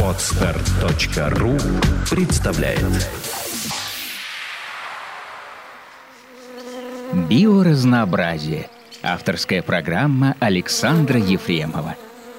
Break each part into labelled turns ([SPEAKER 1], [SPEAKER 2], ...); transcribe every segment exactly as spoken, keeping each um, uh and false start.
[SPEAKER 1] Подстер точка ру представляет Биоразнообразие. Авторская программа Александра Ефремова.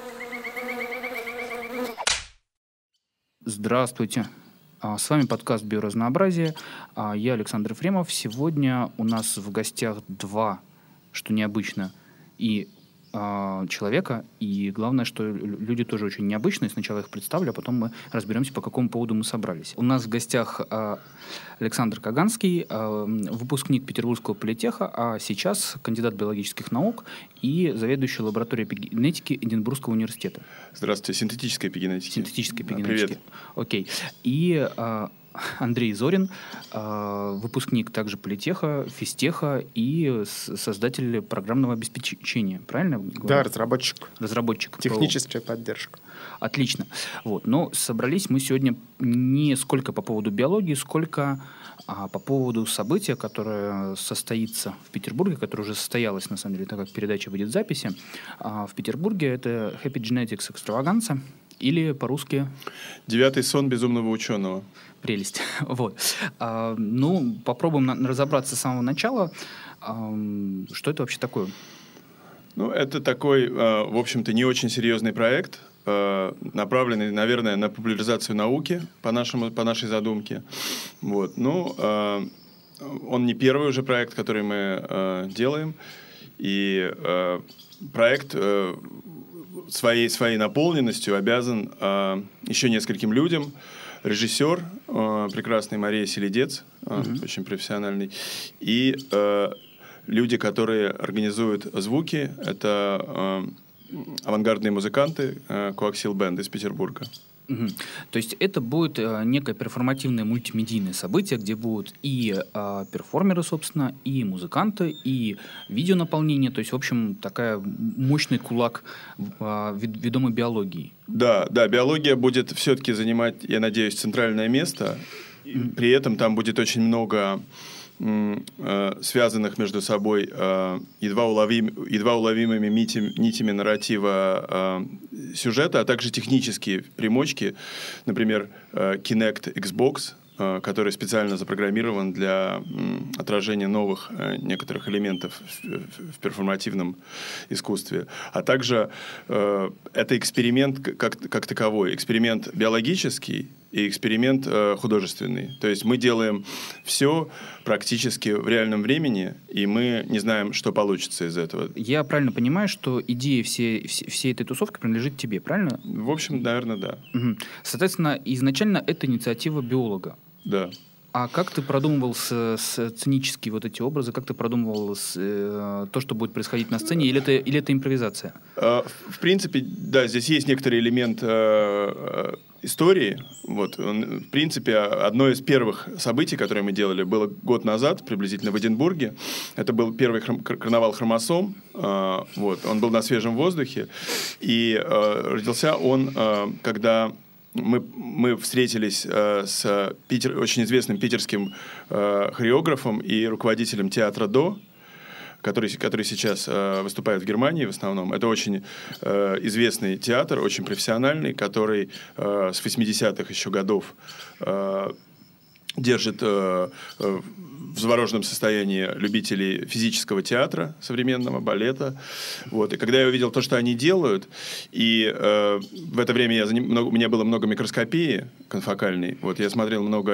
[SPEAKER 2] Здравствуйте. С вами подкаст «Биоразнообразие». Я Александр Ефремов. Сегодня у нас в гостях два, что необычно, и человека, и главное, что люди тоже очень необычные. Сначала я их представлю, а потом мы разберемся, по какому поводу мы собрались. У нас в гостях Александр Каганский, выпускник Петербургского политеха, а сейчас кандидат биологических наук и заведующий лабораторией эпигенетики Эдинбургского университета.
[SPEAKER 3] Здравствуйте, синтетической эпигенетики.
[SPEAKER 2] Синтетической эпигенетики.
[SPEAKER 3] Привет.
[SPEAKER 2] Окей. И Андрей Зорин, выпускник также политеха, физтеха и создатель программного обеспечения. Правильно?
[SPEAKER 4] Да, разработчик.
[SPEAKER 2] Разработчик.
[SPEAKER 4] Техническая поддержка.
[SPEAKER 2] Отлично. Вот. Но собрались мы сегодня не сколько по поводу биологии, сколько а, по поводу события, которое состоится в Петербурге, которое уже состоялось, на самом деле, так как передача будет в записи. А, в Петербурге это Happy Genetics Extravaganza, или по-русски...
[SPEAKER 3] Девятый сон безумного ученого.
[SPEAKER 2] Прелесть. Вот. А, ну, попробуем на- разобраться с самого начала. А, что это вообще такое?
[SPEAKER 3] Ну, это такой, э, в общем-то, не очень серьезный проект, э, направленный, наверное, на популяризацию науки по, нашему, по нашей задумке. Вот. Ну, э, он не первый уже проект, который мы э, делаем. И э, проект... Э, Своей, своей наполненностью обязан э, еще нескольким людям. Режиссер, э, прекрасный Мария Селедец, э, mm-hmm. очень профессиональный, и э, люди, которые организуют звуки, это э, авангардные музыканты э, Coaxial Band из Петербурга.
[SPEAKER 2] Угу. То есть это будет э, некое перформативное мультимедийное событие, где будут и э, перформеры, собственно, и музыканты, и видеонаполнение. То есть, в общем, такая мощный кулак э, ведомой биологии.
[SPEAKER 3] Да, да, биология будет все-таки занимать, я надеюсь, центральное место. Mm-hmm. При этом там будет очень много м, э, связанных между собой э, едва, уловим, едва уловимыми нитями, нитями нарратива э, сюжета, а также технические примочки, например, э, Kinect Xbox, э, который специально запрограммирован для м, отражения новых э, некоторых элементов в, в, в перформативном искусстве. А также э, это эксперимент как, как таковой, эксперимент биологический и эксперимент э, художественный. То есть мы делаем все практически в реальном времени, и мы не знаем, что получится из этого.
[SPEAKER 2] Я правильно понимаю, что идея всей, всей, всей этой тусовки принадлежит тебе, правильно?
[SPEAKER 3] В общем, наверное, да.
[SPEAKER 2] Угу. Соответственно, изначально это инициатива биолога.
[SPEAKER 3] Да.
[SPEAKER 2] А как ты продумывал с, с сценические вот эти образы? Как ты продумывал с, э, то, что будет происходить на сцене? Или это, или это импровизация?
[SPEAKER 3] Э, в принципе, да, здесь есть некоторый элемент э, истории. Вот. В принципе, одно из первых событий, которые мы делали, было год назад, приблизительно в Эдинбурге. Это был первый хром- карнавал хромосом. Э, вот. Он был на свежем воздухе. И э, родился он, э, когда... Мы, мы встретились э, с Питер, очень известным питерским э, хореографом и руководителем театра «До», который, который сейчас э, выступает в Германии в основном. Это очень э, известный театр, очень профессиональный, который э, с восьмидесятых еще годов э, держит э, э, в завороженном состоянии любителей физического театра, современного балета. Вот. И когда я увидел то, что они делают, и э, в это время я заним... много... у меня было много микроскопии конфокальной, вот, я смотрел много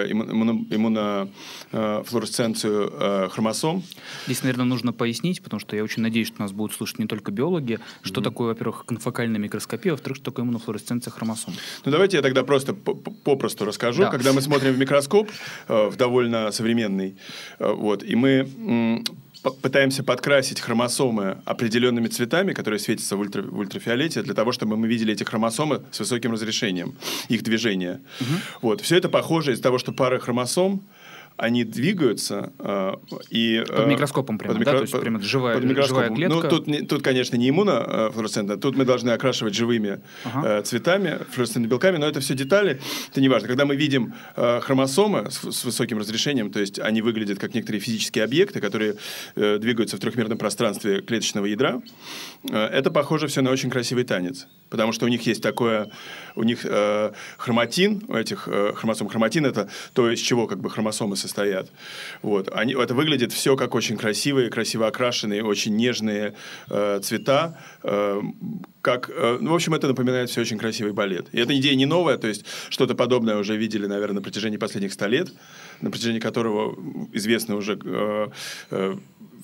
[SPEAKER 3] иммунофлуоресценцию э, хромосом.
[SPEAKER 2] Здесь, наверное, нужно пояснить, потому что я очень надеюсь, что нас будут слушать не только биологи, что mm-hmm. такое, во-первых, конфокальная микроскопия, во-вторых, что такое иммунофлуоресценция хромосом.
[SPEAKER 3] Ну, давайте я тогда просто попросту расскажу. Да. Когда мы смотрим в микроскоп, э, в довольно современный, вот, и мы м, пытаемся подкрасить хромосомы определенными цветами, которые светятся в, ультра, в ультрафиолете, для того, чтобы мы видели эти хромосомы с высоким разрешением, их движения. Угу. Вот, все это похоже из-за того, что пары хромосом, они двигаются э, и...
[SPEAKER 2] Под микроскопом прямо, под микро... да? То есть прямо живая, живая клетка?
[SPEAKER 3] Ну, тут, не, тут, конечно, не иммунофлуоресцентно, тут мы должны окрашивать живыми ага. э, цветами, флуоресцентными белками, но это все детали, это не важно. Когда мы видим э, хромосомы с, с высоким разрешением, то есть они выглядят как некоторые физические объекты, которые э, двигаются в трехмерном пространстве клеточного ядра, э, это похоже все на очень красивый танец. Потому что у них есть такое, у них э, хроматин, у этих э, хромосом, хроматин это то, из чего как бы хромосомы состоят. Вот. Они, это выглядит все как очень красивые, красиво окрашенные, очень нежные э, цвета. Э, как, э, ну, в общем, это напоминает все очень красивый балет. И эта идея не новая, то есть что-то подобное уже видели, наверное, на протяжении последних ста лет, на протяжении которого известно уже... Э, э,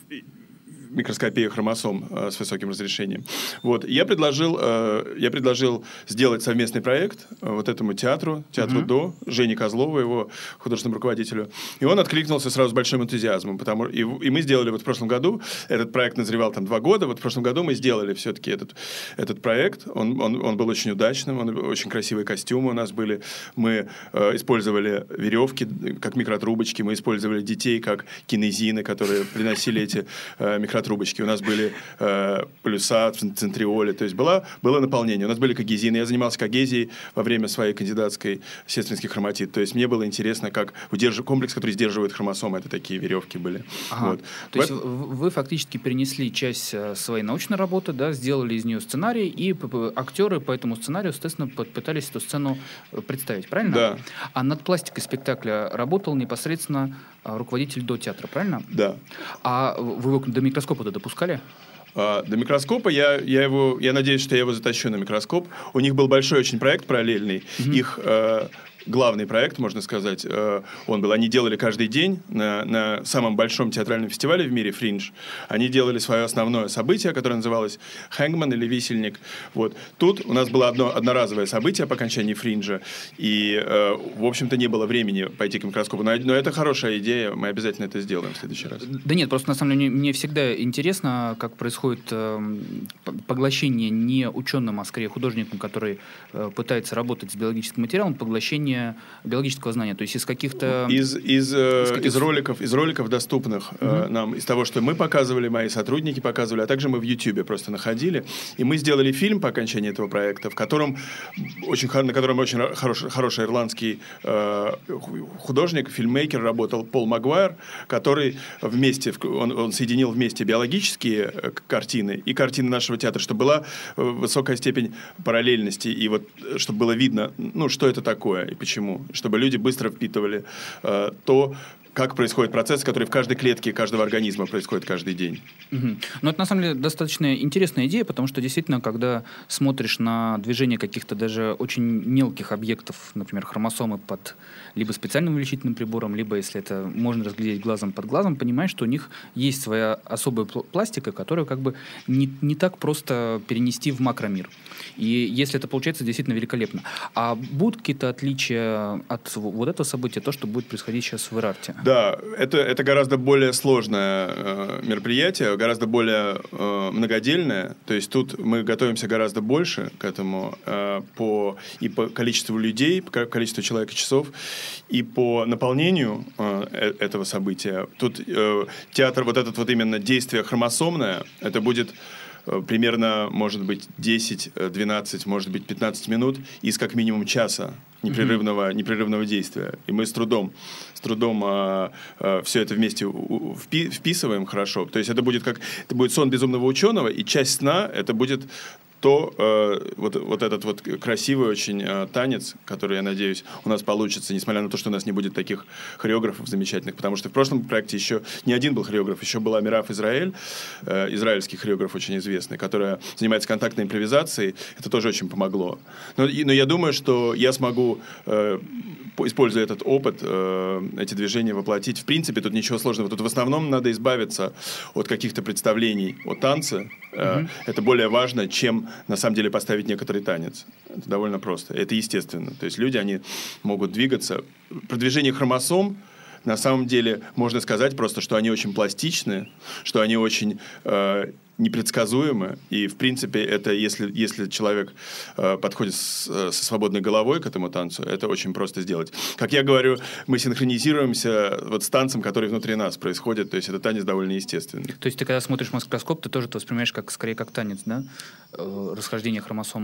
[SPEAKER 3] микроскопия хромосом э, с высоким разрешением. Вот. Я предложил, э, я предложил сделать совместный проект э, вот этому театру, театру uh-huh. ДО, Жене Козлову, его художественному руководителю. И он откликнулся сразу с большим энтузиазмом. Потому, и, и мы сделали вот в прошлом году, этот проект назревал там два года, вот в прошлом году мы сделали все-таки этот, этот проект. Он, он, он был очень удачным, он, очень красивые костюмы у нас были. Мы э, использовали веревки как микротрубочки, мы использовали детей как кинезины, которые приносили эти э, микротрубочки. Трубочки. У нас были э, полюса, центриоли, то есть была, было наполнение. У нас были когезины. Я занимался когезией во время своей кандидатской сестринский хроматит. То есть мне было интересно, как удерж... комплекс, который сдерживает хромосомы, это такие веревки были.
[SPEAKER 2] Ага.
[SPEAKER 3] Вот.
[SPEAKER 2] То есть это... вы фактически перенесли часть своей научной работы, да, сделали из нее сценарий, и актеры по этому сценарию, естественно, пытались эту сцену представить, правильно?
[SPEAKER 3] Да.
[SPEAKER 2] А над пластикой спектакля работал непосредственно руководитель до театра, правильно?
[SPEAKER 3] Да.
[SPEAKER 2] А вы его до микроскопа допускали?
[SPEAKER 3] А, до микроскопа я, я его, я надеюсь, что я его затащу на микроскоп. У них был большой очень проект параллельный. Mm-hmm. Их э, главный проект, можно сказать, э, он был. Они делали каждый день на, на самом большом театральном фестивале в мире «Фриндж». Они делали свое основное событие, которое называлось «Хэнгман» или «Висельник». Вот. Тут у нас было одно одноразовое событие по окончании «Фринджа». И, э, в общем-то, не было времени пойти к микроскопу. Но, но это хорошая идея. Мы обязательно это сделаем в следующий раз.
[SPEAKER 2] Да нет, просто на самом деле мне, мне всегда интересно, как происходит э, поглощение не ученым, а скорее художником, который э, пытается работать с биологическим материалом, поглощение биологического знания, то есть из каких-то...
[SPEAKER 3] Из, из, из, каких... из, роликов, из роликов доступных mm-hmm. э, нам, из того, что мы показывали, мои сотрудники показывали, а также мы в Ютьюбе просто находили. И мы сделали фильм по окончании этого проекта, в котором очень, на котором очень хороший, хороший ирландский э, художник, фильммейкер работал, Пол Магуайр, который вместе, он, он соединил вместе биологические картины и картины нашего театра, чтобы была высокая степень параллельности, и вот чтобы было видно, ну, что это такое, и почему. Чтобы люди быстро впитывали э, то, как происходит процесс, который в каждой клетке каждого организма происходит каждый день.
[SPEAKER 2] Угу. Но это, на самом деле, достаточно интересная идея, потому что, действительно, когда смотришь на движение каких-то даже очень мелких объектов, например, хромосомы под либо специальным увеличительным прибором, либо, если это можно разглядеть глазом под глазом, понимаешь, что у них есть своя особая пластика, которую как бы не, не так просто перенести в макромир. И если это получается, действительно великолепно. А будут какие-то отличия от вот этого события, то, что будет происходить сейчас в Ирарте?
[SPEAKER 3] Да, это, это гораздо более сложное э, мероприятие, гораздо более э, многодельное. То есть тут мы готовимся гораздо больше к этому э, по, и по количеству людей, по количеству человека часов, и по наполнению э, этого события. Тут э, театр, вот этот вот именно действие хромосомное, это будет примерно, может быть, десять-двенадцать, может быть, пятнадцать минут из как минимум часа непрерывного, mm-hmm. непрерывного действия. И мы с трудом, с трудом а, а, все это вместе впи- вписываем хорошо. То есть это будет как это будет сон безумного ученого, и часть сна это будет то э, вот, вот этот вот красивый очень э, танец, который, я надеюсь, у нас получится, несмотря на то, что у нас не будет таких хореографов замечательных, потому что в прошлом проекте еще не один был хореограф, еще была Мирав Израиль, э, израильский хореограф очень известный, которая занимается контактной импровизацией, это тоже очень помогло. Но, и, но я думаю, что я смогу, э, используя этот опыт, э, эти движения воплотить. В принципе, тут ничего сложного. Тут в основном надо избавиться от каких-то представлений о танце. Э, mm-hmm. Это более важно, чем на самом деле поставить некоторый танец. Это довольно просто. Это естественно. То есть люди, они могут двигаться. Продвижение хромосом, на самом деле, можно сказать просто, что они очень пластичны, что они очень э, непредсказуемы. И, в принципе, это если, если человек э, подходит с, со свободной головой к этому танцу, это очень просто сделать. Как я говорю, мы синхронизируемся вот с танцем, который внутри нас происходит. То есть это танец довольно естественный.
[SPEAKER 2] То есть ты, когда смотришь микроскоп, ты тоже это воспринимаешь как, скорее как танец, да? Э, расхождение хромосом.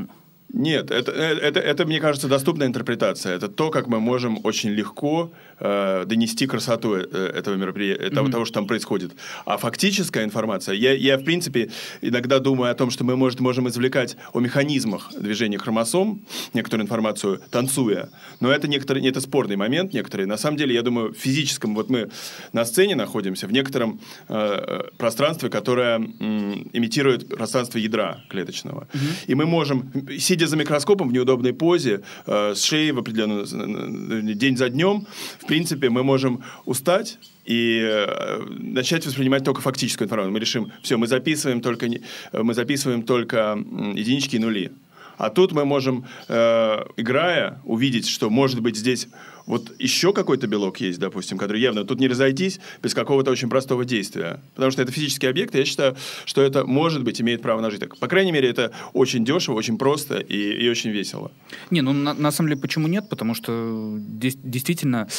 [SPEAKER 3] Нет, это, это, это, мне кажется, доступная интерпретация. Это то, как мы можем очень легко э, донести красоту этого мероприятия, mm-hmm. того, того, что там происходит. А фактическая информация, я, я, в принципе, иногда думаю о том, что мы, может, можем извлекать о механизмах движения хромосом некоторую информацию, танцуя. Но это, некоторый, это спорный момент некоторые. На самом деле, я думаю, в физическом, вот мы на сцене находимся, в некотором э, пространстве, которое м, имитирует пространство ядра клеточного. Mm-hmm. И мы можем, сидя за микроскопом в неудобной позе, э, с шеей в определенную, день за днем, в принципе, мы можем устать и э, начать воспринимать только фактическую информацию. Мы решим, все, мы записываем только, мы записываем только единички и нули. А тут мы можем, э, играя, увидеть, что, может быть, здесь вот еще какой-то белок есть, допустим, который явно тут не разойтись без какого-то очень простого действия. Потому что это физический объект, и я считаю, что это, может быть, имеет право на жизнь. По крайней мере, это очень дешево, очень просто и, и очень весело.
[SPEAKER 2] Не, ну, на, на самом деле, почему нет? Потому что действительно,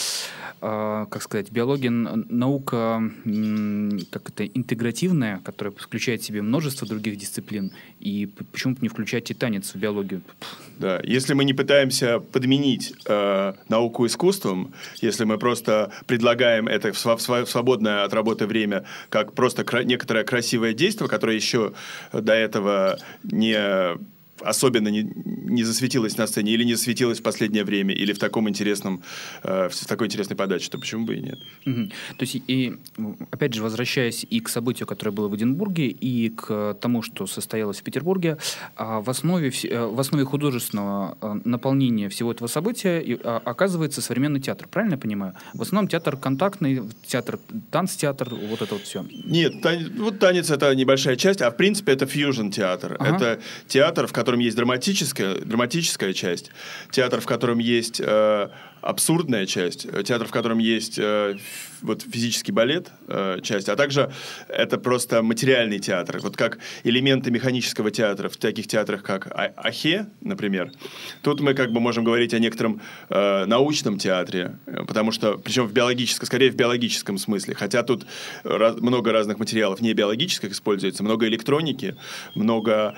[SPEAKER 2] э, как сказать, биология, наука э, как это, интегративная, которая включает в себе множество других дисциплин. И почему бы не включать и танец в биологию?
[SPEAKER 3] Да, если мы не пытаемся подменить э, науку искусством, если мы просто предлагаем это в, св- в свободное от работы время как просто кра- некоторое красивое действие, которое еще до этого не... особенно не, не засветилась на сцене или не засветилась в последнее время, или в таком интересном, э, в такой интересной подаче, то почему бы и нет?
[SPEAKER 2] Угу. То есть, и, опять же, возвращаясь и к событию, которое было в Эдинбурге, и к тому, что состоялось в Петербурге, в основе, в основе художественного наполнения всего этого события оказывается современный театр. Правильно я понимаю? В основном театр контактный, театр, танц-театр, вот это вот все.
[SPEAKER 3] Нет, тан- вот танец — это небольшая часть, а в принципе это фьюжн-театр. Ага. Это театр, в котором В котором есть драматическая, драматическая часть, театр, в котором есть э, абсурдная часть, театр, в котором есть э, вот, физический балет, э, часть, а также это просто материальный театр. Вот как элементы механического театра в таких театрах, как а- Ахе, например. Тут мы как бы можем говорить о некотором э, научном театре, потому что, причем в биологическом, скорее в биологическом смысле, хотя тут раз, много разных материалов не биологических используется, много электроники, много,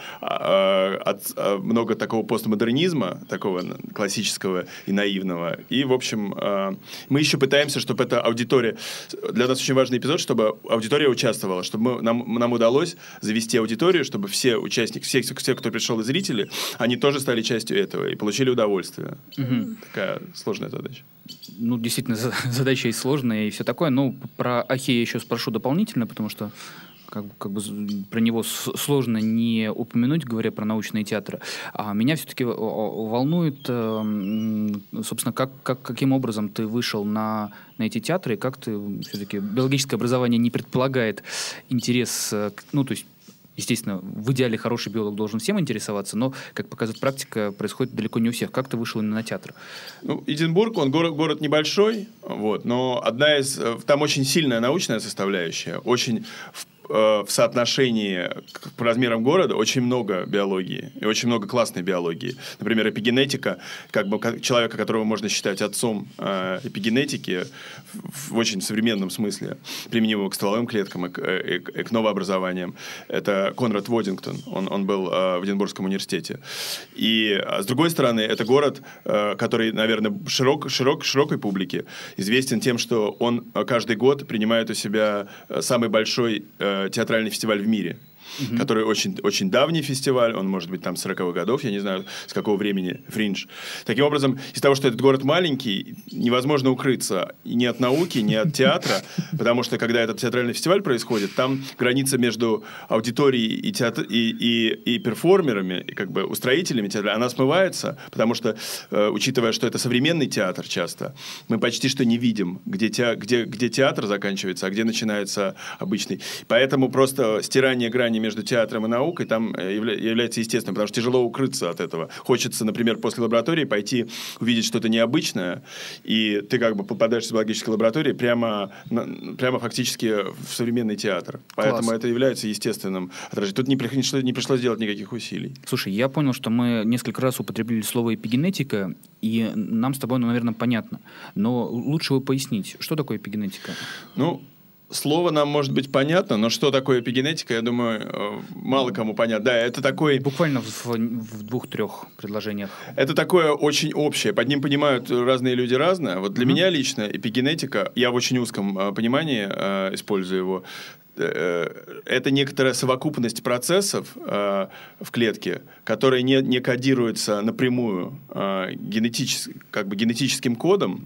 [SPEAKER 3] э, от, э, много такого постмодернизма, такого классического и наивного. И, в общем, э, мы еще пытаемся, чтобы эта аудитория... Для нас очень важный эпизод, чтобы аудитория участвовала, чтобы мы, нам, нам удалось завести аудиторию, чтобы все участники, все, все, кто пришел и зрители, они тоже стали частью этого и получили удовольствие. Угу. Такая сложная задача.
[SPEAKER 2] Ну, действительно, задача и сложная, и все такое. Но про Ахе я еще спрошу дополнительно, потому что Как, как бы про него с- сложно не упомянуть, говоря про научные театры. А меня все-таки волнует, э, собственно, как, как, каким образом ты вышел на, на эти театры, и как ты все-таки... Биологическое образование не предполагает интерес, ну, то есть, естественно, в идеале хороший биолог должен всем интересоваться, но, как показывает практика, происходит далеко не у всех. Как ты вышел именно на театр?
[SPEAKER 3] Ну, Эдинбург, он город, город небольшой, вот, но одна из... Там очень сильная научная составляющая, очень... В в соотношении к, к размерам города очень много биологии и очень много классной биологии. Например, эпигенетика, как бы как человека, которого можно считать отцом э, эпигенетики в, в очень современном смысле, применимого к стволовым клеткам и к, и, и к новообразованиям. Это Конрад Водингтон. Он, он был э, в Эдинбургском университете. И, а с другой стороны, это город, э, который, наверное, широк, широк, широкой публике известен тем, что он каждый год принимает у себя самый большой э, театральный фестиваль в мире, uh-huh. который очень, очень давний фестиваль, он может быть там сороковых годов, я не знаю, с какого времени, Фриндж. Таким образом, из-за того, что этот город маленький, невозможно укрыться ни от науки, ни от театра, потому что, когда этот театральный фестиваль происходит, там граница между аудиторией и, театр, и, и, и перформерами, и как бы устроителями театра, она смывается, потому что, э, учитывая, что это современный театр часто, мы почти что не видим, где, те, где, где театр заканчивается, а где начинается обычный. Поэтому просто стирание грани между театром и наукой там явля- является естественным, потому что тяжело укрыться от этого. Хочется, например, после лаборатории пойти увидеть что-то необычное, и ты как бы попадаешь из биологической лаборатории прямо, на, прямо фактически в современный театр. Поэтому Класс. Это является естественным отражением. Тут не пришлось, не пришлось делать никаких усилий.
[SPEAKER 2] Слушай, я понял, что мы несколько раз употребили слово эпигенетика, и нам с тобой, ну, наверное, понятно. Но лучше его пояснить. Что такое эпигенетика?
[SPEAKER 3] Ну, слово нам может быть понятно, но что такое эпигенетика, я думаю, мало кому понятно. Да, это такой...
[SPEAKER 2] Буквально в, в двух-трех предложениях.
[SPEAKER 3] Это такое очень общее. Под ним понимают разные люди разное. Вот для mm-hmm. меня лично эпигенетика, я в очень узком э, понимании э, использую его, э, это некоторая совокупность процессов э, в клетке, которые не, не кодируются напрямую э, генетичес, как бы генетическим кодом.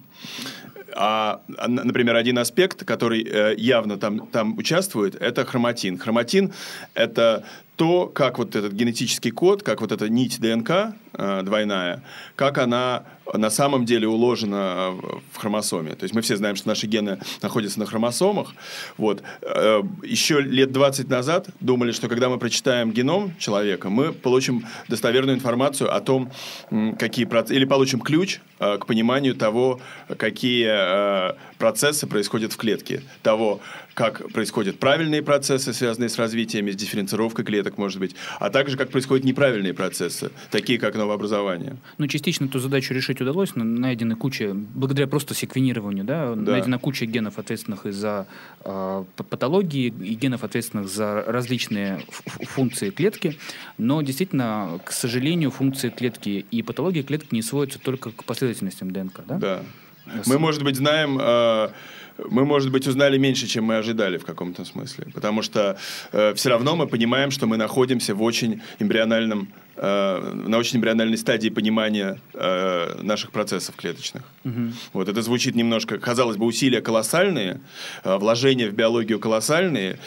[SPEAKER 3] А, например, один аспект, который э, явно там, там участвует, это хроматин. Хроматин – это то, как вот этот генетический код, как вот эта нить ДНК э, двойная, как она на самом деле уложена в хромосоме. То есть мы все знаем, что наши гены находятся на хромосомах. Вот. Э, еще лет двадцать назад думали, что когда мы прочитаем геном человека, мы получим достоверную информацию о том, какие процессы, или получим ключ э, к пониманию того, какие э, процессы происходят в клетке, того, как происходят правильные процессы, связанные с развитием, с дифференцировкой клеток, может быть, а также как происходят неправильные процессы, такие как новообразование.
[SPEAKER 2] Ну, частично эту задачу решить удалось, найдена куча, благодаря просто секвенированию, да, да. найдена куча генов, ответственных за э, патологии, и генов, ответственных за различные ф- функции клетки, но действительно, к сожалению, функции клетки и патологии клетки не сводятся только к последовательностям ДНК, да?
[SPEAKER 3] Да. Мы, может быть, знаем... Э, мы, может быть, узнали меньше, чем мы ожидали в каком-то смысле. Потому что э, все равно мы понимаем, что мы находимся в очень эмбриональном, э, на очень эмбриональной стадии понимания э, наших процессов клеточных. Угу. Вот это звучит немножко, казалось бы, усилия колоссальные, э, вложения в биологию колоссальные,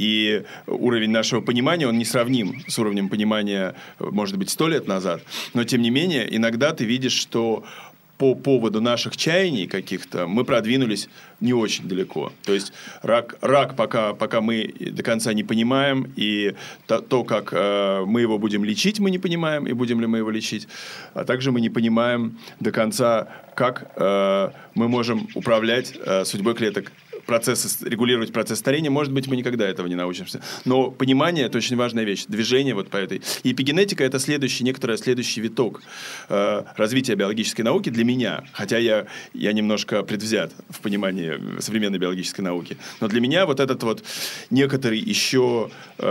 [SPEAKER 3] и уровень нашего понимания, он несравним с уровнем понимания, может быть, сто лет назад. Но, тем не менее, иногда ты видишь, что по поводу наших чаяний каких-то мы продвинулись не очень далеко. То есть рак, рак пока, пока мы до конца не понимаем, и то, то как э, мы его будем лечить, мы не понимаем, и будем ли мы его лечить. А также мы не понимаем до конца, как э, мы можем управлять э, судьбой клеток. Процессы, регулировать процесс старения, может быть, мы никогда этого не научимся. Но понимание – это очень важная вещь. Движение вот по этой. И эпигенетика – это следующий, некоторый следующий виток э, развития биологической науки для меня. Хотя я, я немножко предвзят в понимании современной биологической науки. Но для меня вот этот вот некоторый еще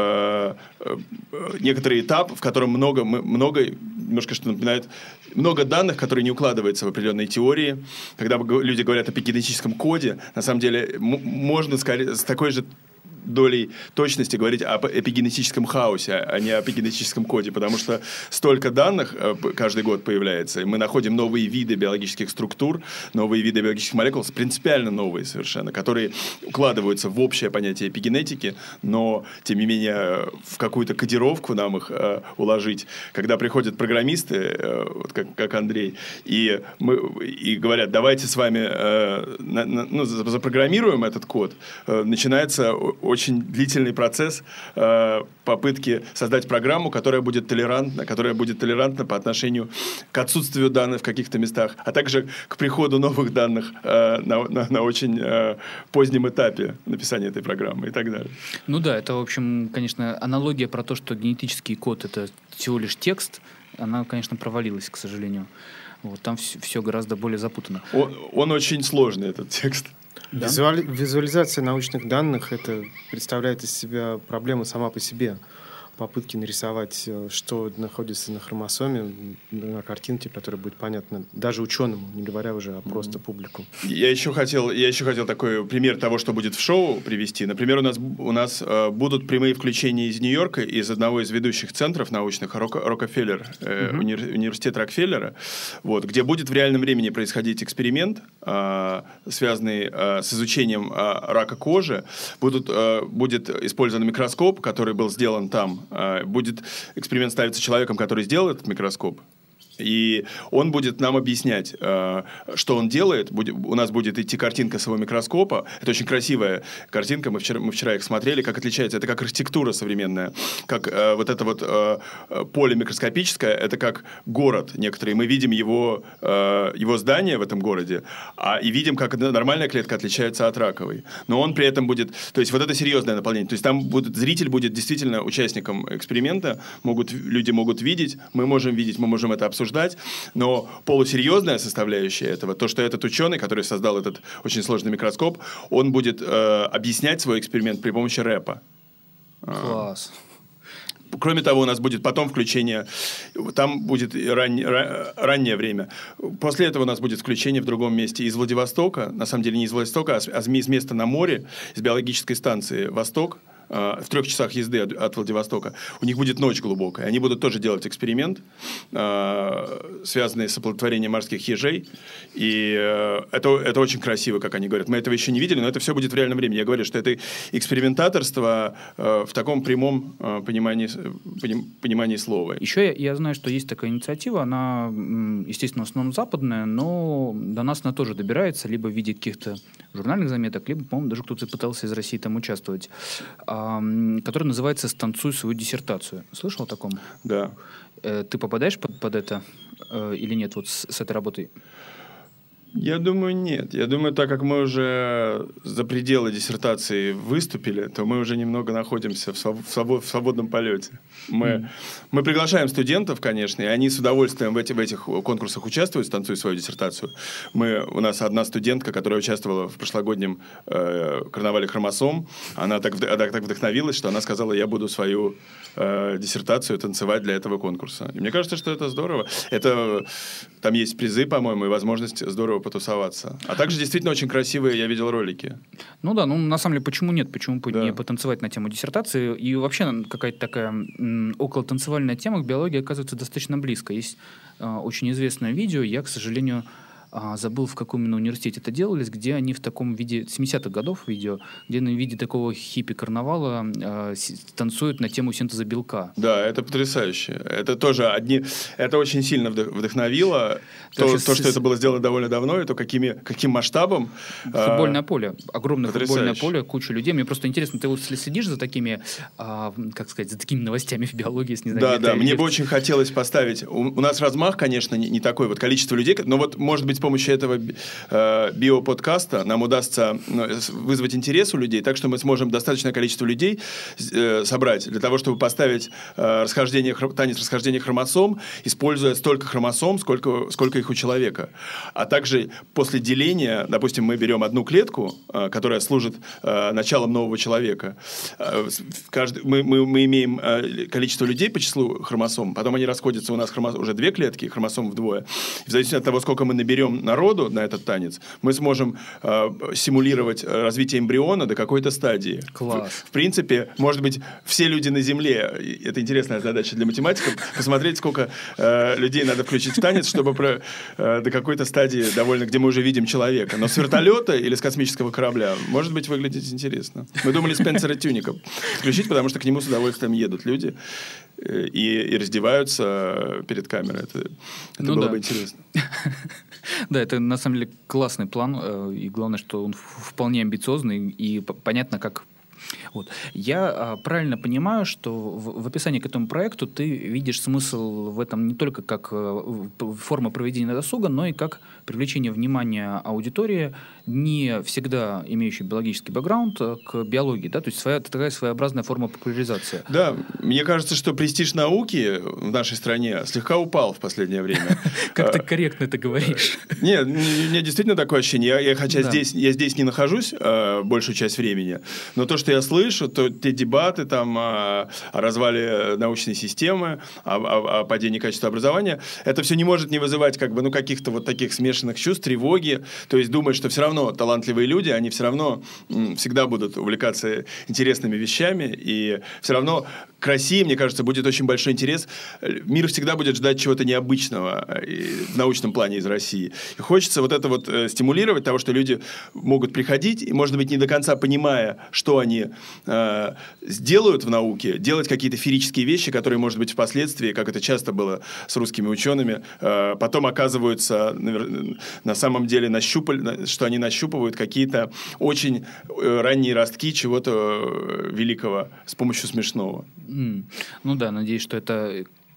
[SPEAKER 3] э, э, некоторый этап, в котором много, много, немножко что напоминает, много данных, которые не укладываются в определенные теории. Когда люди говорят о эпигенетическом коде, на самом деле можно скорее, с такой же долей точности говорить об эпигенетическом хаосе, а не о эпигенетическом коде, потому что столько данных каждый год появляется, и мы находим новые виды биологических структур, новые виды биологических молекул, принципиально новые совершенно, которые укладываются в общее понятие эпигенетики, но, тем не менее, в какую-то кодировку нам их э, уложить. Когда приходят программисты, э, вот как, как Андрей, и, мы, и говорят, давайте с вами э, на, на, ну, запрограммируем этот код, э, начинается очень длительный процесс э, попытки создать программу, которая будет толерантна, которая будет толерантна по отношению к отсутствию данных в каких-то местах, а также к приходу новых данных э, на, на, на очень э, позднем этапе написания этой программы и так далее.
[SPEAKER 2] Ну да, это, в общем, конечно, аналогия про то, что генетический код – это всего лишь текст, она, конечно, провалилась, к сожалению. Вот, там все, все гораздо более запутано.
[SPEAKER 3] Он, он очень сложный, этот текст.
[SPEAKER 4] Да? Визуали... Визуализация научных данных это представляет из себя проблему сама по себе. Попытки нарисовать, что находится на хромосоме, на картинке, которая будет понятна даже ученому, не говоря уже о просто mm-hmm. публику.
[SPEAKER 3] Я еще хотел, я еще хотел такой пример того, что будет в шоу, привести. Например, у нас, у нас э, будут прямые включения из Нью-Йорка, из одного из ведущих центров научных, Рок, Рокфеллер, э, mm-hmm. уни, университет Рокфеллера, вот, где будет в реальном времени происходить эксперимент, э, связанный э, с изучением э, рака кожи. Будут, э, будет использован микроскоп, который был сделан там. Будет эксперимент ставиться человеком, который сделал этот микроскоп, и он будет нам объяснять, что он делает. У нас будет идти картинка с его микроскопа. Это очень красивая картинка. Мы вчера, мы вчера их смотрели, как отличается. Это как архитектура современная. Как вот это вот поле микроскопическое, это как город некоторый. Мы видим его, его здание в этом городе, а, и видим, как нормальная клетка отличается от раковой. Но он при этом будет... То есть вот это серьезное наполнение. То есть там будет, зритель будет действительно участником эксперимента. Могут, люди могут видеть, мы можем видеть, мы можем это обсуждать. обсуждать, но полусерьезная составляющая этого, то, что этот ученый, который создал этот очень сложный микроскоп, он будет э, объяснять свой эксперимент при помощи рэпа.
[SPEAKER 2] Класс.
[SPEAKER 3] Кроме того, у нас будет потом включение, там будет ран, раннее время. После этого у нас будет включение в другом месте из Владивостока, на самом деле не из Владивостока, а из места на море, из биологической станции «Восток», в трех часах езды от, от Владивостока. У них будет ночь глубокая. Они будут тоже делать эксперимент, э, связанный с оплодотворением морских ежей. И э, это, это очень красиво, как они говорят. Мы этого еще не видели, но это все будет в реальном времени. Я говорю, что это экспериментаторство э, в таком прямом э, понимании, поним, понимании слова.
[SPEAKER 2] Еще я, я знаю, что есть такая инициатива. Она, естественно, в основном западная, но до нас она тоже добирается, либо в виде каких-то журнальных заметок, либо, по-моему, даже кто-то пытался из России там участвовать. Который называется «Станцуй свою диссертацию». Слышал о таком?
[SPEAKER 3] Да.
[SPEAKER 2] Ты попадаешь под, под это или нет вот с, с этой работой?
[SPEAKER 3] Я думаю, нет. Я думаю, так как мы уже за пределы диссертации выступили, то мы уже немного находимся в, своб- в свободном полете. Мы, mm. мы приглашаем студентов, конечно, и они с удовольствием в, эти, в этих конкурсах участвуют, станцуют свою диссертацию. Мы, у нас одна студентка, которая участвовала в прошлогоднем э, карнавале хромосом, она так, она так вдохновилась, что она сказала, я буду свою э, диссертацию танцевать для этого конкурса. И мне кажется, что это здорово. Это, там есть призы, по-моему, и возможность здорово потусоваться. А также действительно очень красивые, я видел ролики.
[SPEAKER 2] Ну да, ну на самом деле, почему нет? Почему бы
[SPEAKER 3] да.
[SPEAKER 2] не потанцевать на тему диссертации? И вообще какая-то такая м, околотанцевальная тема к биологии оказывается достаточно близко. Есть э, очень известное видео, я, к сожалению, э, забыл, в каком именно университете это делалось, где они в таком виде, семидесятых годов видео, где на виде такого хиппи-карнавала э, танцуют на тему синтеза белка.
[SPEAKER 3] Да, это потрясающе. Это тоже одни... Это очень сильно вдохновило. То, то, что с... это было сделано довольно давно, и то, какими, каким масштабом.
[SPEAKER 2] Футбольное а... поле. Огромное
[SPEAKER 3] потрясающе.
[SPEAKER 2] Футбольное поле, куча людей. Мне просто интересно, ты вот следишь за такими, а, как сказать, за такими новостями в биологии? Если не знаю,
[SPEAKER 3] да, да. Мне бы очень хотелось поставить... У, у нас размах, конечно, не, не такой вот количество людей, но вот, может быть, с помощью этого э, биоподкаста нам удастся вызвать интерес у людей, так что мы сможем достаточное количество людей э, собрать для того, чтобы поставить э, расхождение, танец расхождения хромосом, используя столько хромосом, сколько, сколько их у человека. А также после деления, допустим, мы берем одну клетку, э, которая служит э, началом нового человека. Э, каждый, мы, мы, мы имеем э, количество людей по числу хромосом, потом они расходятся, у нас хромос, уже две клетки, хромосом вдвое. В зависимости от того, сколько мы наберем народу на этот танец, мы сможем э, симулировать развитие эмбриона до какой-то стадии.
[SPEAKER 2] Класс.
[SPEAKER 3] В, в принципе, может быть, все люди на Земле, это интересная задача для математиков, посмотреть, сколько э, людей надо включить в танец, чтобы про, э, до какой-то стадии довольно, где мы уже видим человека. Но с вертолета или с космического корабля может быть выглядеть интересно. Мы думали Спенсера Тюника включить, потому что к нему с удовольствием едут люди э, и, и раздеваются перед камерой. Это, это ну было да. бы интересно.
[SPEAKER 2] Да, это на самом деле классный план, и главное, что он вполне амбициозный, и понятно, как... Вот. Я а, правильно понимаю, что в, в описании к этому проекту ты видишь смысл в этом не только как а, форма проведения досуга, но и как привлечение внимания аудитории, не всегда имеющей биологический бэкграунд, к биологии. Да? То есть своя, такая своеобразная форма популяризации.
[SPEAKER 3] Да, мне кажется, что престиж науки в нашей стране слегка упал в последнее время.
[SPEAKER 2] Как ты корректно это говоришь.
[SPEAKER 3] Нет, у меня действительно такое ощущение. Хотя я здесь не нахожусь большую часть времени, но то, что я слышу, то те дебаты там о, о развале научной системы, о, о, о падении качества образования, это все не может не вызывать как бы, ну, каких-то вот таких смешанных чувств, тревоги. То есть думать, что все равно талантливые люди, они все равно м, всегда будут увлекаться интересными вещами, и все равно к России, мне кажется, будет очень большой интерес. Мир всегда будет ждать чего-то необычного в научном плане из России. И хочется вот это вот стимулировать, того, что люди могут приходить, и, может быть, не до конца понимая, что они э, сделают в науке, делать какие-то феерические вещи, которые, может быть, впоследствии, как это часто было с русскими учеными, э, потом оказываются на, на самом деле, нащупали, что они нащупывают какие-то очень ранние ростки чего-то великого с помощью смешного.
[SPEAKER 2] Mm. Ну да, надеюсь, что это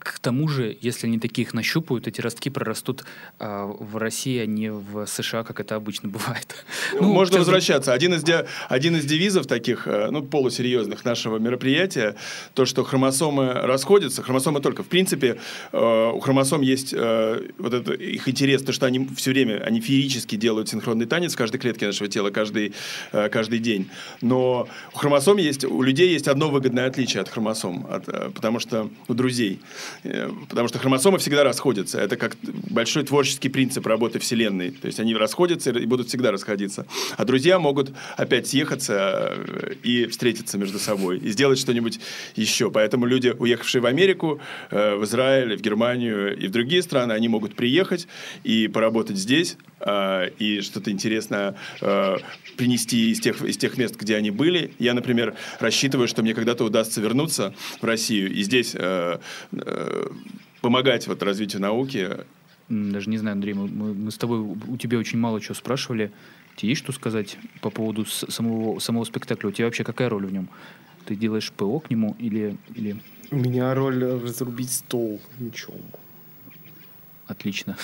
[SPEAKER 2] к тому же, если они таких нащупают, эти ростки прорастут а, в России, а не в США, как это обычно бывает.
[SPEAKER 3] Ну, можно возвращаться. Один из, де... Один из девизов таких, ну, полусерьезных нашего мероприятия, то, что хромосомы расходятся. Хромосомы только. В принципе, у хромосом есть вот это их интерес, то, что они все время, они феерически делают синхронный танец в каждой клетке нашего тела, каждый, каждый день. Но у хромосом есть, у людей есть одно выгодное отличие от хромосом, от, потому что у друзей. Потому что хромосомы всегда расходятся. Это как большой творческий принцип работы Вселенной. То есть они расходятся и будут всегда расходиться. А друзья могут опять съехаться и встретиться между собой, и сделать что-нибудь еще. Поэтому люди, уехавшие в Америку, в Израиль, в Германию и в другие страны, они могут приехать и поработать здесь, и что-то интересное принести из тех, из тех мест, где они были. Я, например, рассчитываю, что мне когда-то удастся вернуться в Россию и здесь э, э, помогать вот развитию науки.
[SPEAKER 2] Даже не знаю, Андрей, мы, мы с тобой, у тебя очень мало чего спрашивали. Тебе есть что сказать по поводу самого, самого спектакля? У тебя вообще какая роль в нем? Ты делаешь ПО к нему или... или...
[SPEAKER 4] У меня роль разрубить стол мечом.
[SPEAKER 2] Отлично.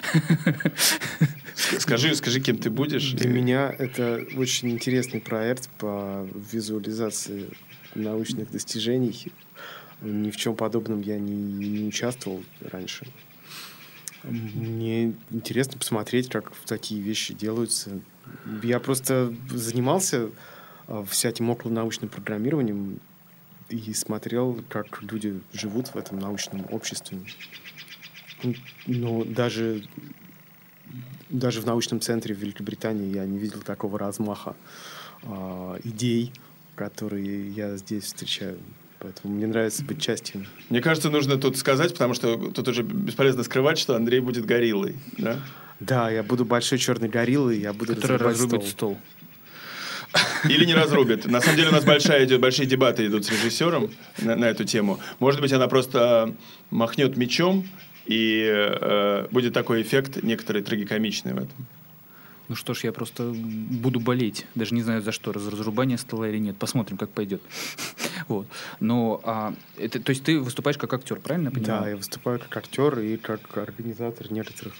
[SPEAKER 3] Скажи, скажи, кем ты будешь?
[SPEAKER 4] Для меня это очень интересный проект по визуализации научных достижений. Ни в чем подобном я не, не участвовал раньше. Мне интересно посмотреть, как такие вещи делаются. Я просто занимался всяким околонаучным программированием и смотрел, как люди живут в этом научном обществе. Но даже, даже в научном центре в Великобритании я не видел такого размаха э, идей, которые я здесь встречаю. Поэтому мне нравится быть частью.
[SPEAKER 3] Мне кажется, нужно тут сказать, потому что тут уже бесполезно скрывать, что Андрей будет гориллой. Да,
[SPEAKER 4] да, я буду большой черной гориллой, я буду разрубать стол.
[SPEAKER 2] стол.
[SPEAKER 3] Или не разрубит. На самом деле у нас большая идет, большие дебаты идут с режиссером на, на эту тему. Может быть, она просто махнет мечом, и э, будет такой эффект некоторый трагикомичный в этом.
[SPEAKER 2] Ну что ж, я просто буду болеть. Даже не знаю за что, за разрубание стола или нет. Посмотрим, как пойдет. Вот. Но, а, это, то есть ты выступаешь как актер, правильно я понимаю?
[SPEAKER 4] Да, я выступаю как актер и как организатор некоторых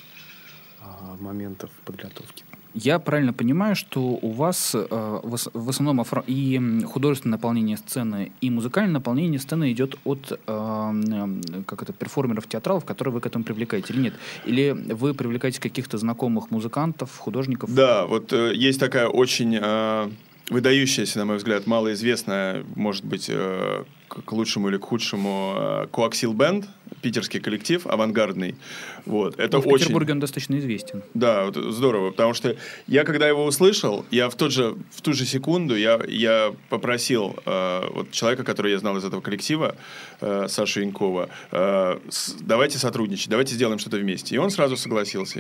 [SPEAKER 4] а, моментов подготовки.
[SPEAKER 2] Я правильно понимаю, что у вас э, в, в основном офро- и художественное наполнение сцены, и музыкальное наполнение сцены идет от э, как это, перформеров, театралов, которые вы к этому привлекаете, или нет? Или вы привлекаете каких-то знакомых музыкантов, художников?
[SPEAKER 3] Да, вот э, есть такая очень э, выдающаяся, на мой взгляд, малоизвестная, может быть, э, к лучшему или к худшему, э, Coaxial Band, питерский коллектив, авангардный. Вот. Это
[SPEAKER 2] ну, в
[SPEAKER 3] очень...
[SPEAKER 2] Петербурге он достаточно известен.
[SPEAKER 3] Да, вот, здорово, потому что я, когда его услышал, я в, тот же, в ту же секунду я, я попросил э, вот, человека, которого я знал из этого коллектива, э, Сашу Янькова, э, с, давайте сотрудничать, давайте сделаем что-то вместе. И он сразу согласился.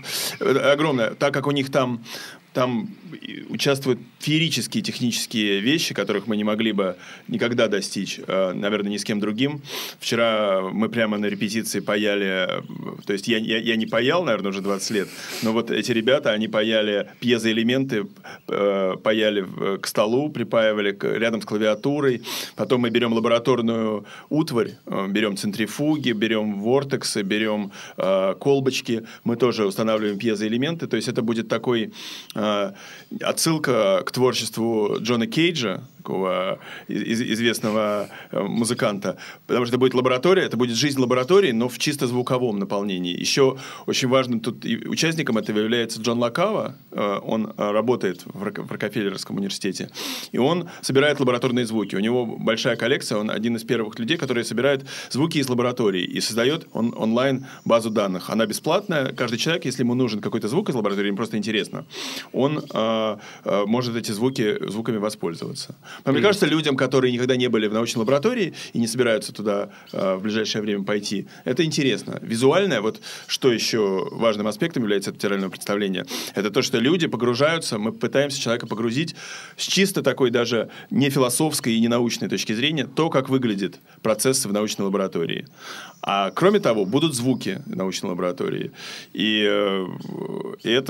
[SPEAKER 3] Это огромное. Так как у них там, там участвуют феерические технические вещи, которых мы не могли бы никогда достичь, э, наверное, ни с кем другим. Вчера мы прямо на репетиции паяли... То есть я, я, я не паял, наверное, уже двадцать лет, но вот эти ребята, они паяли пьезоэлементы, э, паяли в, к столу, припаивали к, рядом с клавиатурой. Потом мы берем лабораторную утварь, э, берем центрифуги, берем вортексы, берем э, колбочки. Мы тоже устанавливаем пьезоэлементы. То есть это будет такой э, отсылка к творчеству Джона Кейджа, такого из, известного э, музыканта. Потому что это будет лаборатория, это будет жизнь лаборатории, но в чисто звуковом наполнении. Еще очень важным тут участником этого является Джон Лакава. Он работает в Рокфеллеровском университете. И он собирает лабораторные звуки. У него большая коллекция. Он один из первых людей, которые собирают звуки из лаборатории и создает он онлайн базу данных. Она бесплатная. Каждый человек, если ему нужен какой-то звук из лаборатории, ему просто интересно, он э, э, может эти звуки, звуками воспользоваться. Но мне кажется, людям, которые никогда не были в научной лаборатории и не собираются туда э, в ближайшее время пойти, это интересно. Визуальное, вот что еще важным аспектом является этого театрального представления, это то, что люди погружаются, мы пытаемся человека погрузить с чисто такой даже не философской и не научной точки зрения, то, как выглядит процесс в научной лаборатории. А кроме того, будут звуки в научной лаборатории. И, и это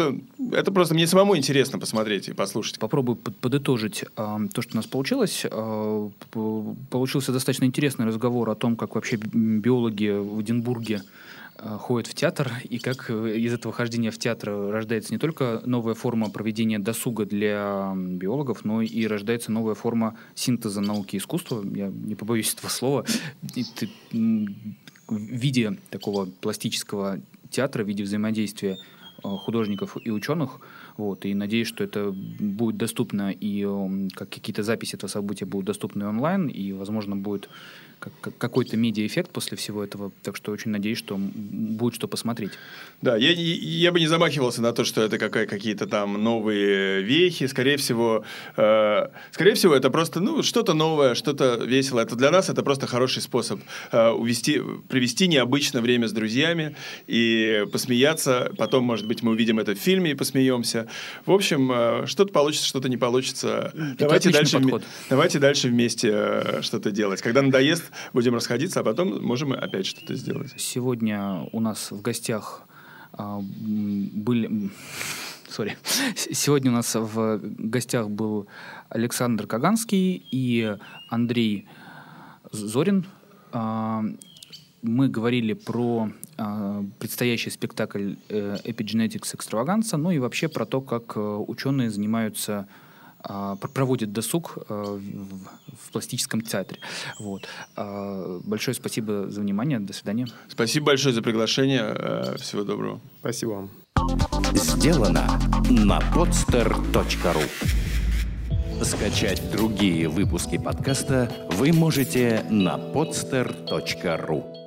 [SPEAKER 3] это просто мне самому интересно посмотреть и послушать.
[SPEAKER 2] Попробую подытожить э, то, что у нас получилось. Э, получился достаточно интересный разговор о том, как вообще биологи в Эдинбурге ходят в театр, и как из этого хождения в театр рождается не только новая форма проведения досуга для биологов, но и рождается новая форма синтеза науки и искусства. Я не побоюсь этого слова. И ты, в виде такого пластического театра, в виде взаимодействия художников и ученых. Вот, и надеюсь, что это будет доступно, и как какие-то записи этого события будут доступны онлайн, и, возможно, будет как, какой-то медиа-эффект после всего этого. Так что очень надеюсь, что будет что посмотреть.
[SPEAKER 3] Да, я, я бы не замахивался на то, что это какая, какие-то там новые вехи. Скорее всего, э, скорее всего, это просто ну, что-то новое, что-то веселое. Это для нас это просто хороший способ э, увести, провести необычное время с друзьями и посмеяться. Потом, может быть, мы увидим это в фильме и посмеемся. В общем, что-то получится, что-то не получится. Давайте дальше, давайте дальше вместе что-то делать. Когда надоест, будем расходиться, а потом можем опять что-то сделать.
[SPEAKER 2] Сегодня у нас в гостях а, были... Sorry. Сегодня у нас в гостях был Александр Каганский и Андрей Зорин. А, мы говорили про а, предстоящий спектакль э, Epigenetics Extravaganza, ну и вообще про то, как э, ученые занимаются, а, проводят досуг а, в, в пластическом театре. Вот. А, большое спасибо за внимание. До свидания.
[SPEAKER 3] Спасибо большое за приглашение. Всего доброго.
[SPEAKER 4] Спасибо вам.
[SPEAKER 1] Сделано на podster точка ру. Скачать другие выпуски подкаста вы можете на podster точка ру.